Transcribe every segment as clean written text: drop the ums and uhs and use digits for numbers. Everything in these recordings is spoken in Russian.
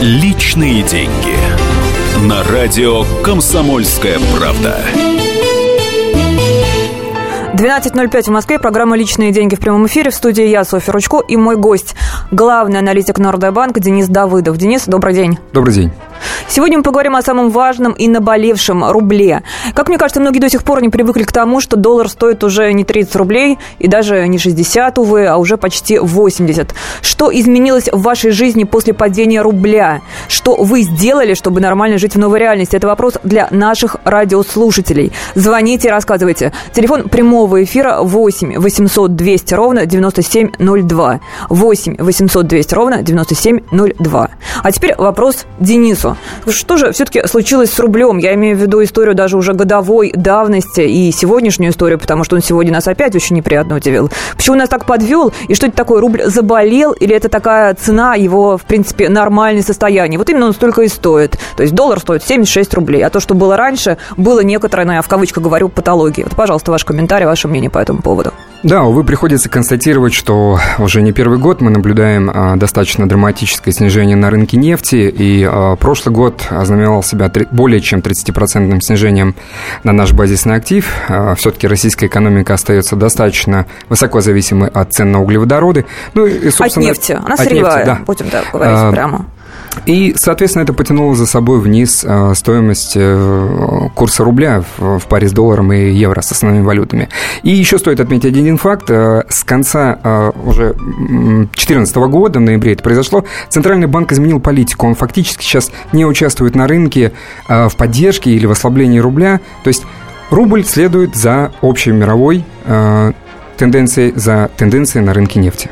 Личные деньги. На радио «Комсомольская правда». 12:05 в Москве. Программа «Личные деньги» в прямом эфире. В студии я, Софья Ручко, и мой гость, главный аналитик Нордебанк Денис Давыдов. Денис, добрый день. Добрый день. Сегодня мы поговорим о самом важном и наболевшем – рубле. Как мне кажется, многие до сих пор не привыкли к тому, что доллар стоит уже не 30 рублей и даже не 60, увы, а уже почти 80. Что изменилось в вашей жизни после падения рубля? Что вы сделали, чтобы нормально жить в новой реальности? Это вопрос для наших радиослушателей. Звоните и рассказывайте. Телефон прямого эфира 8 800 200 ровно 9702. 8 800 200 ровно 9702. А теперь вопрос Денису. Что же все-таки случилось с рублем? Я имею в виду историю даже уже годовой давности и сегодняшнюю историю, потому что он сегодня нас опять очень неприятно удивил. Почему нас так подвел? И что это такое? Рубль заболел? Или это такая цена его, в принципе, нормальное состояние? Вот именно он столько и стоит. То есть доллар стоит 76 рублей. А то, что было раньше, было некоторое, я в кавычках говорю, патологией. Вот, пожалуйста, ваш комментарий, ваше мнение по этому поводу. Да, увы, приходится констатировать, что уже не первый год мы наблюдаем достаточно драматическое снижение на рынке нефти, и прошлый год ознаменовал себя более чем 30% снижением на наш базисный актив. Все-таки российская экономика остается достаточно высоко зависимой от цен на углеводороды. Ну, и, собственно, от нефти, она сырьевая, да. Будем так говорить прямо. И, соответственно, это потянуло за собой вниз стоимость курса рубля в паре с долларом и евро, с основными валютами. И еще стоит отметить один факт. С конца уже 2014 года, в ноябре это произошло, Центральный банк изменил политику. Он фактически сейчас не участвует на рынке в поддержке или в ослаблении рубля. То есть рубль следует за общей мировой тенденцией, за тенденцией на рынке нефти.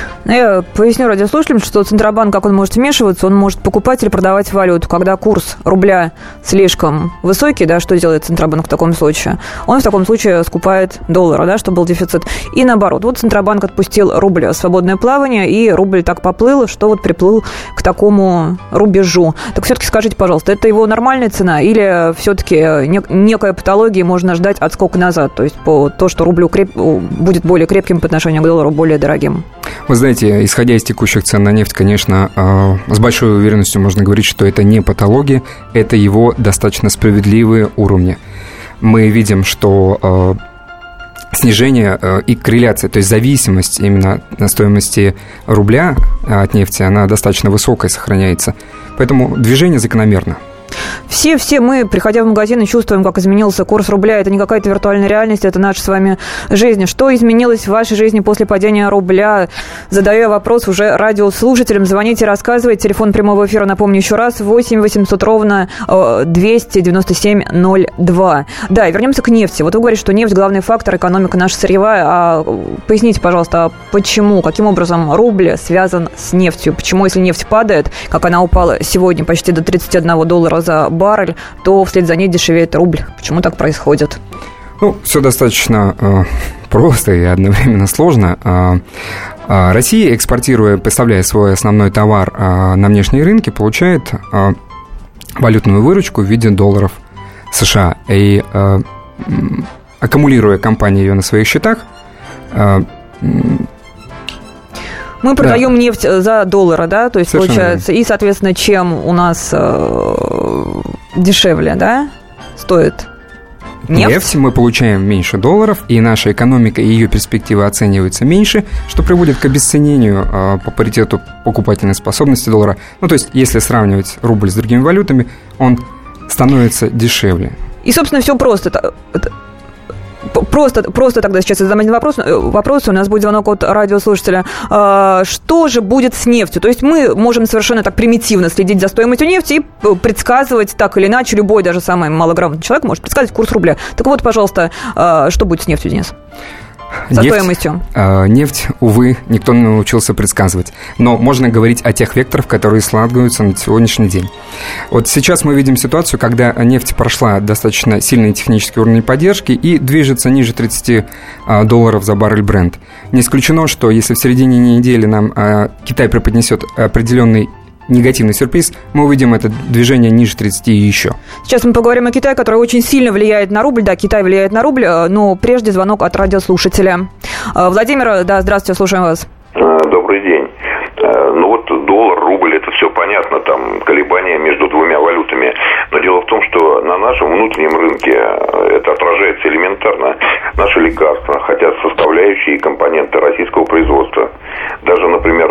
Я поясню радиослушателям, что Центробанк, как он может вмешиваться, он может покупать или продавать валюту. Когда курс рубля слишком высокий, да, что делает Центробанк в таком случае? Он в таком случае скупает доллары, да, чтобы был дефицит. И наоборот, вот Центробанк отпустил рубль в свободное плавание, и рубль так поплыл, что вот приплыл к такому рубежу. Так все-таки скажите, пожалуйста, это его нормальная цена или все-таки некая патология, можно ждать отскок назад? То есть то, что рубль будет более крепким по отношению к доллару, более дорогим? Вы знаете, исходя из текущих цен на нефть, конечно, с большой уверенностью можно говорить, что это не патология, это его достаточно справедливые уровни. Мы видим, что снижение и корреляция, то есть зависимость именно на стоимости рубля от нефти, она достаточно высокая сохраняется. Поэтому движение закономерно. Все мы, приходя в магазин, чувствуем, как изменился курс рубля. Это не какая-то виртуальная реальность, это наша с вами жизнь. Что изменилось в вашей жизни после падения рубля? Задаю я вопрос уже радиослушателям. Звоните, рассказывайте. Телефон прямого эфира, напомню еще раз, 8 800 ровно 297 02. Да, и вернемся к нефти. Вот вы говорите, что нефть – главный фактор, экономика наша сырьевая. А поясните, пожалуйста, почему, каким образом рубль связан с нефтью? Почему, если нефть падает, как она упала сегодня почти до 31 доллара за баррель, то вслед за ней дешевеет рубль. Почему так происходит? Ну, все достаточно просто и одновременно сложно. Россия, экспортируя, поставляя свой основной товар на внешние рынки, получает валютную выручку в виде долларов США. И аккумулируя компания ее на своих счетах, мы продаем нефть за доллары, да, то есть совершенно получается, и, соответственно, чем у нас дешевле, да, стоит нефть, мы получаем меньше долларов, и наша экономика и ее перспективы оцениваются меньше, что приводит к обесценению по паритету покупательной способности доллара. Ну, то есть, если сравнивать рубль с другими валютами, он становится дешевле. И, собственно, все просто. Просто тогда сейчас задам один вопрос. У нас будет звонок от радиослушателя. Что же будет с нефтью? То есть мы можем совершенно так примитивно следить за стоимостью нефти и предсказывать так или иначе, любой, даже самый малограмотный человек может предсказать курс рубля. Так вот, пожалуйста, что будет с нефтью, Денис? Со стоимостью. Нефть, увы, никто не научился предсказывать. Но можно говорить о тех векторах, которые складываются на сегодняшний день. Вот сейчас мы видим ситуацию, когда нефть прошла достаточно сильные технические уровни поддержки и движется ниже 30 долларов за баррель Brent. Не исключено, что если в середине недели нам Китай преподнесет определенный негативный сюрприз, мы увидим это движение ниже 30 и еще. Сейчас мы поговорим о Китае, который очень сильно влияет на рубль. Да, Китай влияет на рубль, но прежде звонок от радиослушателя. Владимир, да, здравствуйте, слушаем вас. Добрый день. Ну вот доллар, рубль, это все понятно. понятно, там колебания между двумя валютами. Но дело в том, что на нашем внутреннем рынке это отражается элементарно. Наши лекарства, хотя составляющие и компоненты российского производства. Даже, например,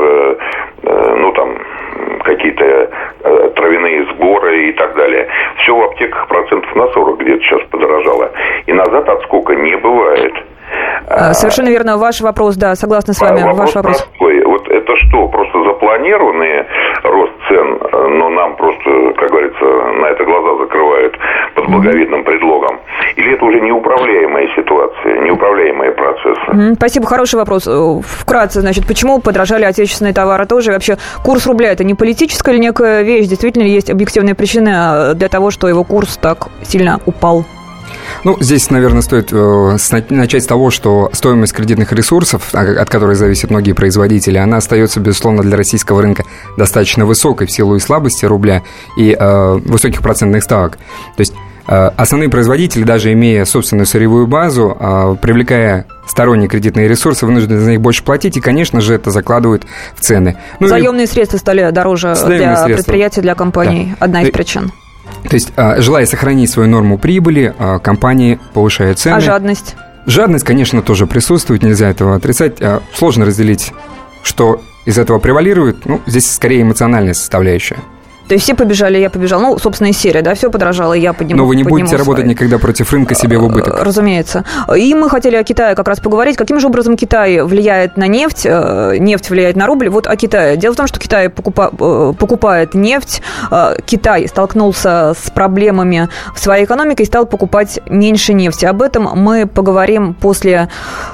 какие-то травяные сборы и так далее. Все в аптеках процентов на 40 где-то сейчас подорожало. И назад отскока не бывает. Совершенно верно. Ваш вопрос, да, согласна с вами. Ваш вопрос. Простой. Вот это что, просто запланированный рост цен, но нам просто, как говорится, на это глаза закрывают под благовидным предлогом? Или это уже неуправляемая ситуация, неуправляемые процессы? Спасибо, хороший вопрос. Вкратце, значит, почему подорожали отечественные товары тоже? И вообще, курс рубля – это не политическая или некая вещь? Действительно ли есть объективные причины для того, что его курс так сильно упал? Ну, здесь, наверное, стоит начать с того, что стоимость кредитных ресурсов, от которой зависят многие производители, она остается, безусловно, для российского рынка достаточно высокой в силу и слабости рубля, и высоких процентных ставок. То есть основные производители, даже имея собственную сырьевую базу, привлекая сторонние кредитные ресурсы, вынуждены за них больше платить, и, конечно же, это закладывает в цены. Заемные средства стали дороже для предприятий, для компаний. Да. Одна из причин. То есть, желая сохранить свою норму прибыли, компании повышают цены. А жадность? Жадность, конечно, тоже присутствует, нельзя этого отрицать. Сложно разделить, что из этого превалирует. Ну, здесь скорее эмоциональная составляющая. То есть все побежали, я побежал. Ну, собственно, из серии, да, все подорожало, я подниму. Но вы не будете работать никогда против рынка себе в убыток. Разумеется. И мы хотели о Китае как раз поговорить. Каким же образом Китай влияет на нефть, нефть влияет на рубль. Вот о Китае. Дело в том, что Китай покупает нефть. Китай столкнулся с проблемами в своей экономике и стал покупать меньше нефти. Об этом мы поговорим после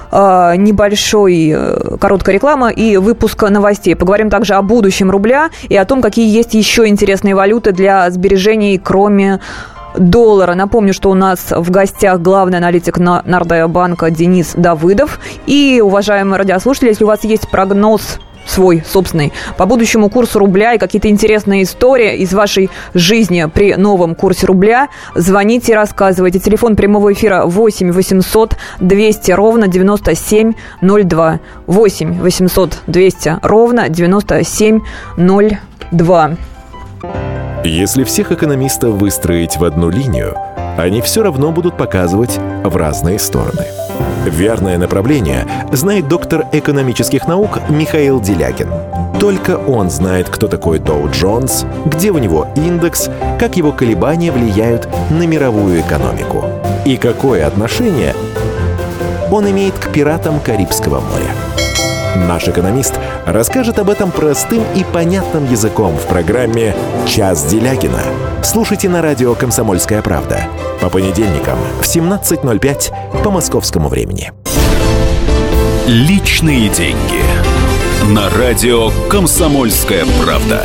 небольшой короткой рекламы и выпуска новостей. Поговорим также о будущем рубля и о том, какие есть еще интересные валюты для сбережений, кроме доллара. Напомню, что у нас в гостях главный аналитик Нордеа-банка Денис Давыдов. И, уважаемые радиослушатели, если у вас есть прогноз свой, собственный, по будущему курсу рубля и какие-то интересные истории из вашей жизни при новом курсе рубля, звоните и рассказывайте. Телефон прямого эфира 8 800 200 ровно 9702. 8 800 200 ровно 9702. Если всех экономистов выстроить в одну линию, они все равно будут показывать в разные стороны. Верное направление знает доктор экономических наук Михаил Делякин. Только он знает, кто такой Доу Джонс, где у него индекс, как его колебания влияют на мировую экономику и какое отношение он имеет к пиратам Карибского моря. Наш экономист расскажет об этом простым и понятным языком в программе «Час Делякина». Слушайте на радио «Комсомольская правда» по понедельникам в 17:05 по московскому времени. Личные деньги. На радио «Комсомольская правда».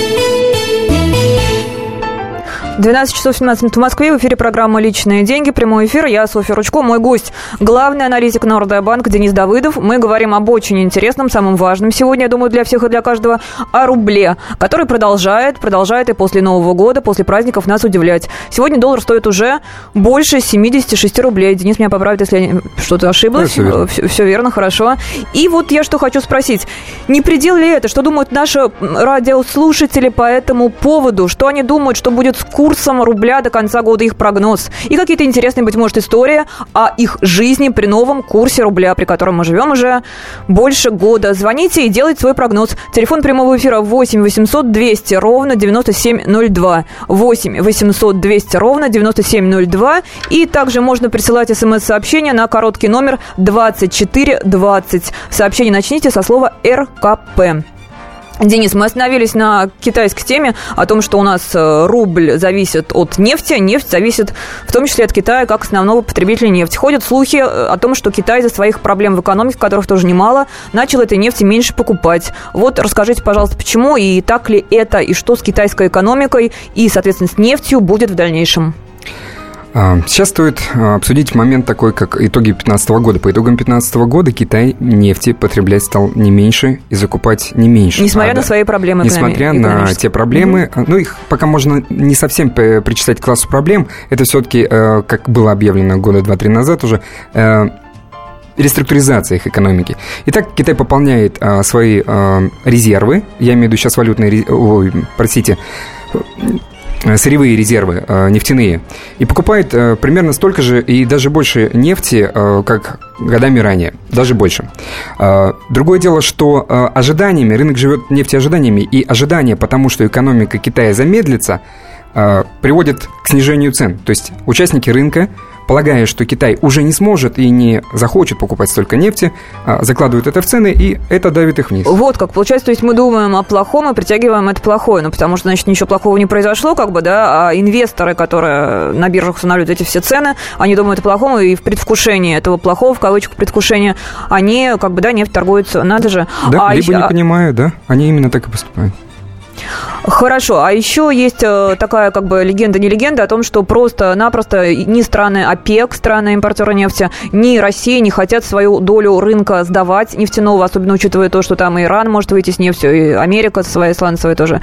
12 часов 17 минут в Москве. В эфире программа «Личные деньги». Прямой эфир. Я Софья Ручко. Мой гость – главный аналитик Нордеа-банка Денис Давыдов. Мы говорим об очень интересном, самом важном сегодня, я думаю, для всех и для каждого, о рубле, который продолжает и после Нового года, после праздников нас удивлять. Сегодня доллар стоит уже больше 76 рублей. Денис меня поправит, если я что-то ошиблась. Все верно, хорошо. И вот я что хочу спросить. Не предел ли это? Что думают наши радиослушатели по этому поводу? Что они думают, что будет с курсом рубля до конца года, их прогноз? И какие-то интересные, быть может, истории о их жизни при новом курсе рубля, при котором мы живем уже больше года. Звоните и делайте свой прогноз. Телефон прямого эфира 8 800 200 ровно 9702. 8 800 200 ровно 9702. И также можно присылать смс-сообщение на короткий номер 2420. Сообщение начните со слова РКП. Денис, мы остановились на китайской теме, о том, что у нас рубль зависит от нефти, нефть зависит в том числе от Китая как основного потребителя нефти. Ходят слухи о том, что Китай из-за своих проблем в экономике, которых тоже немало, начал этой нефти меньше покупать. Вот расскажите, пожалуйста, почему и так ли это, и что с китайской экономикой и, соответственно, с нефтью будет в дальнейшем? Сейчас стоит обсудить момент такой, как итоги 2015 года. По итогам 2015 года Китай нефти потреблять стал не меньше и закупать не меньше. Несмотря на свои проблемы. Несмотря на те проблемы, ну, их пока можно не совсем причислять к классу проблем. Это все-таки, как было объявлено года 2-3 назад уже, реструктуризация их экономики. Итак, Китай пополняет свои резервы, я имею в виду сейчас сырьевые резервы нефтяные, и покупает примерно столько же и даже больше нефти, как годами ранее, даже больше. Другое дело, что ожиданиями, рынок живет нефтеожиданиями, и ожидания, потому что экономика Китая замедлится, приводит к снижению цен. То есть участники рынка, полагая, что Китай уже не сможет и не захочет покупать столько нефти, закладывают это в цены, и это давит их вниз. Вот как получается, то есть мы думаем о плохом и притягиваем это плохое, потому что, значит, ничего плохого не произошло, а инвесторы, которые на биржах устанавливают эти все цены, они думают о плохом, и в предвкушении этого плохого, в кавычках, предвкушения, они, нефть торгуются, надо же. Да, либо не понимают, да, они именно так и поступают. Хорошо, а еще есть такая легенда, не легенда, о том, что просто-напросто ни страны ОПЕК, страны-импортеры нефти, ни Россия не хотят свою долю рынка сдавать нефтяного, особенно учитывая то, что там и Иран может выйти с нефтью, и Америка со своей сланцевой тоже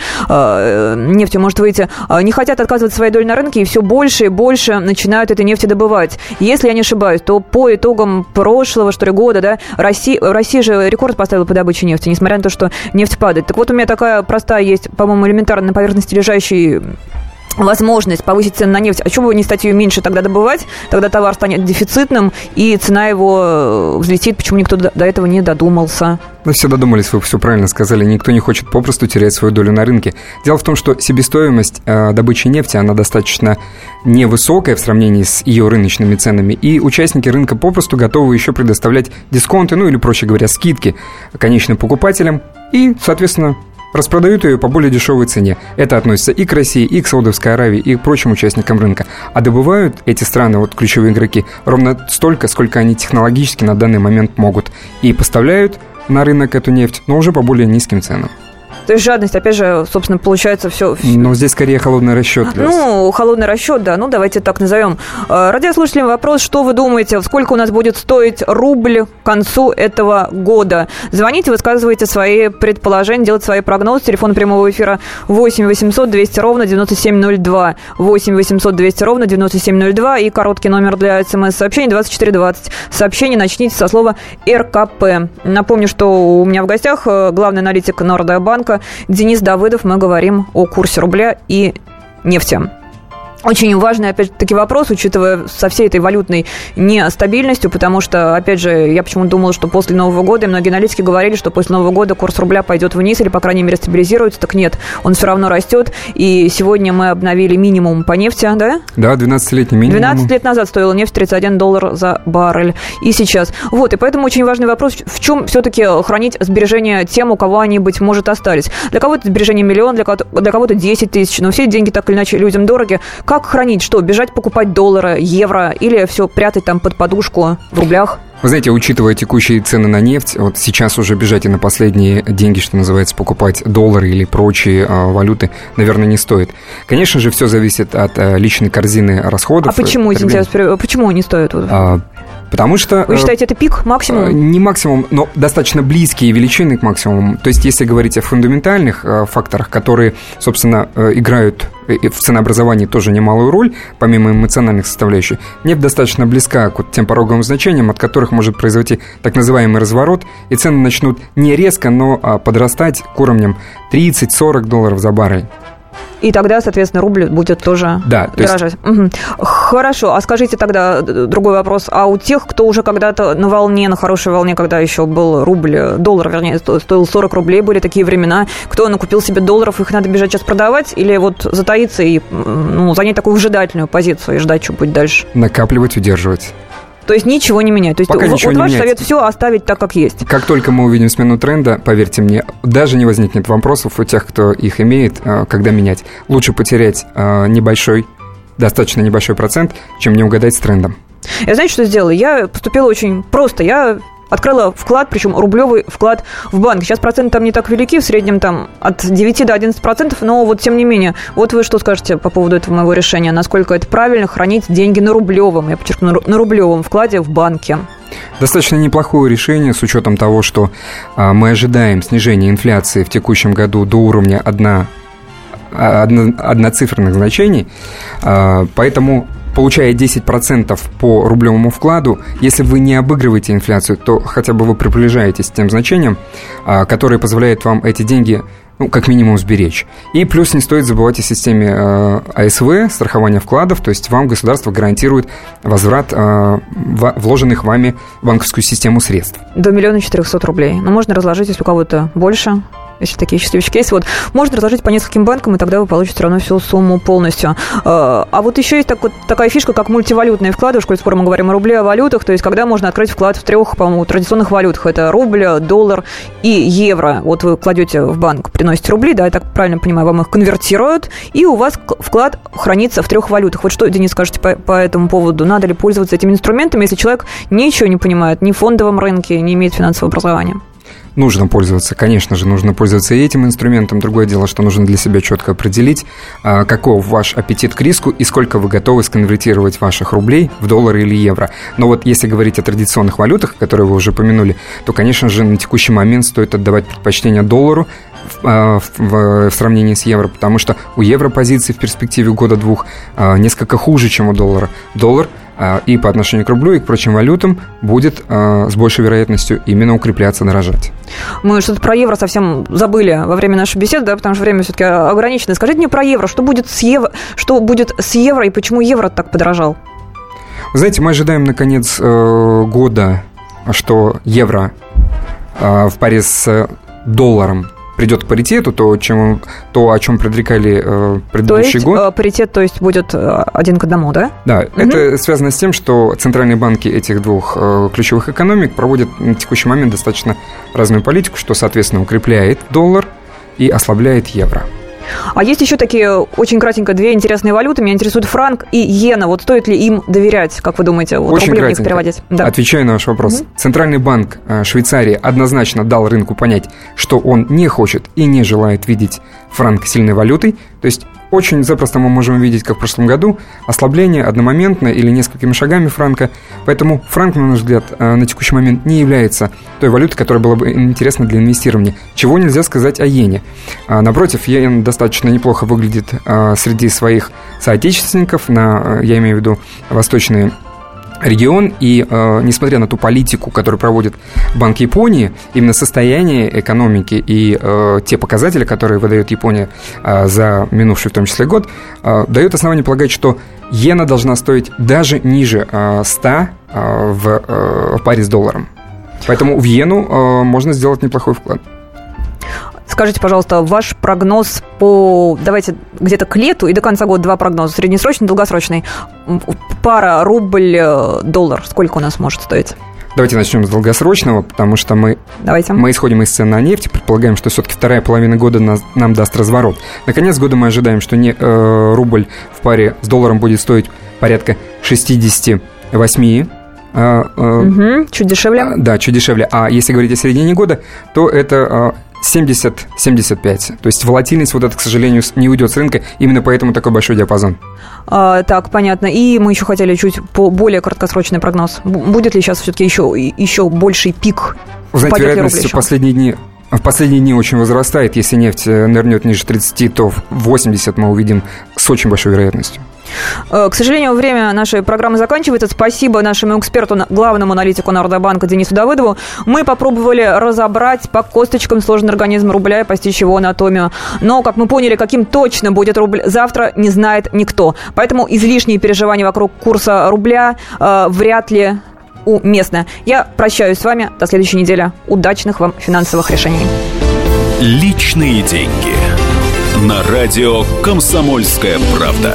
нефтью может выйти. Не хотят отказывать своей доли на рынке, и все больше и больше начинают этой нефти добывать. Если я не ошибаюсь, то по итогам прошлого, года, Россия же рекорд поставила по добыче нефти, несмотря на то, что нефть падает. Так вот, у меня такая простая есть, по-моему, элементарно на поверхности лежащий возможность повысить цену на нефть. А чего бы не стать ее меньше тогда добывать? Тогда товар станет дефицитным, и цена его взлетит. Почему никто до этого не додумался? Все додумались, вы все правильно сказали. Никто не хочет попросту терять свою долю на рынке. Дело в том, что себестоимость добычи нефти, она достаточно невысокая в сравнении с ее рыночными ценами, и участники рынка попросту готовы еще предоставлять дисконты, или, проще говоря, скидки конечным покупателям, и, соответственно, распродают ее по более дешевой цене. Это относится и к России, и к Саудовской Аравии, и к прочим участникам рынка. А добывают эти страны, ключевые игроки, ровно столько, сколько они технологически на данный момент могут. И поставляют на рынок эту нефть, но уже по более низким ценам. То есть жадность, опять же, собственно, получается все... Но здесь скорее холодный расчет. Холодный расчет, да, давайте так назовем. Радиослушателям вопрос, что вы думаете, сколько у нас будет стоить рубль к концу этого года? Звоните, высказывайте свои предположения, делайте свои прогнозы. Телефон прямого эфира 8 800 200 ровно 9702. 8 800 200 ровно 9702. И короткий номер для СМС-сообщений 2420. Сообщение начните со слова РКП. Напомню, что у меня в гостях главный аналитик Нордеа-банка Денис Давыдов. Мы говорим о курсе рубля и нефти. Очень важный, опять-таки, вопрос, учитывая со всей этой валютной нестабильностью, потому что, опять же, я почему-то думала, что после Нового года, и многие аналитики говорили, что после Нового года курс рубля пойдет вниз или, по крайней мере, стабилизируется. Так нет, он все равно растет, и сегодня мы обновили минимум по нефти, да? Да, 12-летний минимум. 12 лет назад стоила нефть $31 за баррель, и сейчас. И поэтому очень важный вопрос, в чем все-таки хранить сбережения тем, у кого они, быть может, остались. Для кого-то сбережения миллион, для кого-то 10 тысяч, но все деньги так или иначе людям дороги. Как хранить? Что, бежать покупать доллары, евро или все прятать там под подушку в рублях? Вы знаете, учитывая текущие цены на нефть, сейчас уже бежать и на последние деньги, что называется, покупать доллары или прочие валюты, наверное, не стоит. Конечно же, все зависит от личной корзины расходов. А почему, почему не стоит? Потому что... Вы считаете, это пик, максимум? Не максимум, но достаточно близкие величины к максимуму. То есть, если говорить о фундаментальных факторах, которые, собственно, играют в ценообразовании тоже немалую роль, помимо эмоциональных составляющих, нефть достаточно близка к тем пороговым значениям, от которых может произойти так называемый разворот, и цены начнут не резко, но подрастать к уровням $30-40 за баррель. И тогда, соответственно, рубль будет тоже дорожать. Угу. Хорошо. А скажите тогда другой вопрос. А у тех, кто уже когда-то на волне, на хорошей волне, когда еще был доллар, вернее, стоил 40 рублей, были такие времена, кто накупил себе долларов, их надо бежать сейчас продавать или затаиться и занять такую выжидательную позицию и ждать, что будет дальше? Накапливать, удерживать. То есть ничего не менять. То есть ваш совет все оставить так, как есть. Как только мы увидим смену тренда, поверьте мне, даже не возникнет вопросов у тех, кто их имеет, когда менять. Лучше потерять достаточно небольшой процент, чем не угадать с трендом. Я знаете, что сделала? Я поступила очень просто. Я открыла вклад, причем рублевый вклад в банк. Сейчас проценты там не так велики, в среднем там от 9 до 11%, но тем не менее. Вы что скажете по поводу этого моего решения? Насколько это правильно хранить деньги на рублевом, я подчеркну, на рублевом вкладе в банке? Достаточно неплохое решение с учетом того, что мы ожидаем снижения инфляции в текущем году до уровня одноциферных значений, поэтому получая 10% по рублевому вкладу, если вы не обыгрываете инфляцию, то хотя бы вы приближаетесь к тем значениям, которые позволяют вам эти деньги, как минимум, сберечь. И плюс не стоит забывать о системе АСВ, страхования вкладов, то есть вам государство гарантирует возврат вложенных вами в банковскую систему средств. До 1 400 000 рублей. Но можно разложить, если у кого-то больше. Если такие счастливчики есть, можно разложить по нескольким банкам, и тогда вы получите все равно всю сумму полностью. А вот еще есть такая фишка, как мультивалютные вклады. В школе спора мы говорим о рубле, о валютах. То есть, когда можно открыть вклад в 3, по-моему, традиционных валютах. Это рубль, доллар и евро. Вот вы кладете в банк, приносите рубли, да, я так правильно понимаю, вам их конвертируют, и у вас вклад хранится в 3 валютах. Вот что, Денис, скажете по этому поводу? Надо ли пользоваться этими инструментами, если человек ничего не понимает, ни в фондовом рынке, не имеет финансового образования? Нужно пользоваться, конечно же, нужно пользоваться и этим инструментом. Другое дело, что нужно для себя четко определить, каков ваш аппетит к риску и сколько вы готовы сконвертировать ваших рублей в доллары или евро. Но вот если говорить о традиционных валютах, которые вы уже упомянули, то, конечно же, на текущий момент стоит отдавать предпочтение доллару в сравнении с евро, потому что у евро позиции в перспективе года-двух несколько хуже, чем у доллара. Доллар и по отношению к рублю, и к прочим валютам будет с большей вероятностью именно укрепляться, дорожать. Мы что-то про евро совсем забыли во время нашей беседы, да, потому что время все-таки ограничено. Скажите мне про евро. Что будет с евро и почему евро так подорожал? Знаете, мы ожидаем на конец года, что евро в паре с долларом придет к паритету, то, о чем предрекали предыдущий год. Паритет, то есть, будет 1 к 1, да? Да, это связано с тем, что центральные банки этих двух ключевых экономик проводят на текущий момент достаточно разную политику, что, соответственно, укрепляет доллар и ослабляет евро. А есть еще такие, очень кратенько, 2 интересные валюты. Меня интересует франк и иена. Вот стоит ли им доверять, как вы думаете, очень рубли в них переводить? Да. Отвечаю на ваш вопрос. Центральный банк Швейцарии однозначно дал рынку понять, что он не хочет и не желает видеть франк сильной валютой. То есть очень запросто мы можем видеть, как в прошлом году, ослабление одномоментно или несколькими шагами франка. Поэтому франк, на наш взгляд, на текущий момент не является той валютой, которая была бы интересна для инвестирования. Чего нельзя сказать о иене. Напротив, иен достаточно неплохо выглядит среди своих соотечественников, я имею в виду восточные регион, и несмотря на ту политику, которую проводит Банк Японии, именно состояние экономики и те показатели, которые выдает Япония за минувший в том числе год, дают основание полагать, что иена должна стоить даже ниже 100 в паре с долларом. Поэтому в иену можно сделать неплохой вклад. Скажите, пожалуйста, ваш прогноз давайте где-то к лету и до конца года 2 прогноза, среднесрочный, долгосрочный. Пара рубль-доллар, сколько у нас может стоить? Давайте начнем с долгосрочного, потому что мы исходим из цен на нефть, предполагаем, что все-таки вторая половина года нам даст разворот. На конец года мы ожидаем, что рубль в паре с долларом будет стоить порядка 68. Чуть дешевле? Да, чуть дешевле. А если говорить о середине года, то это 70-75. То есть волатильность вот эта, к сожалению, не уйдет с рынка. Именно поэтому такой большой диапазон. Так, понятно. И мы еще хотели чуть более краткосрочный прогноз. Будет ли сейчас все-таки еще больший пик? Вы знаете, вероятность в последние дни очень возрастает. Если нефть нырнет ниже 30, то в 80 мы увидим с очень большой вероятностью. К сожалению, время нашей программы заканчивается. Спасибо нашему эксперту, главному аналитику Народнобанка Денису Давыдову. Мы попробовали разобрать по косточкам сложный организм рубля и постичь его анатомию. Но, как мы поняли, каким точно будет рубль завтра, не знает никто. Поэтому излишние переживания вокруг курса рубля вряд ли уместно. Я прощаюсь с вами до следующей недели. Удачных вам финансовых решений. Личные деньги. На радио «Комсомольская правда».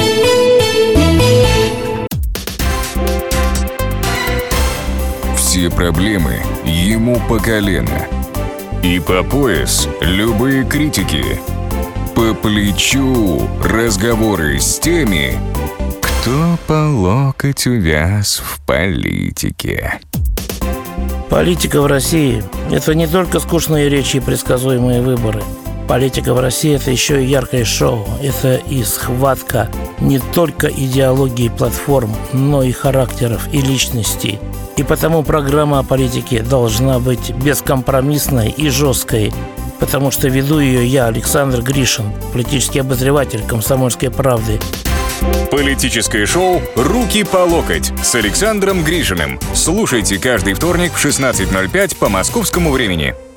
Все проблемы ему по колено. И по пояс любые критики. По плечу разговоры с теми, кто по локоть увяз в политике. Политика в России – это не только скучные речи и предсказуемые выборы. Политика в России – это еще и яркое шоу. Это и схватка не только идеологии и платформ, но и характеров и личностей. И потому программа о политике должна быть бескомпромиссной и жесткой, потому что веду ее я, Александр Гришин, политический обозреватель «Комсомольской правды». Политическое шоу «Руки по локоть» с Александром Гришиным. Слушайте каждый вторник в 16:05 по московскому времени.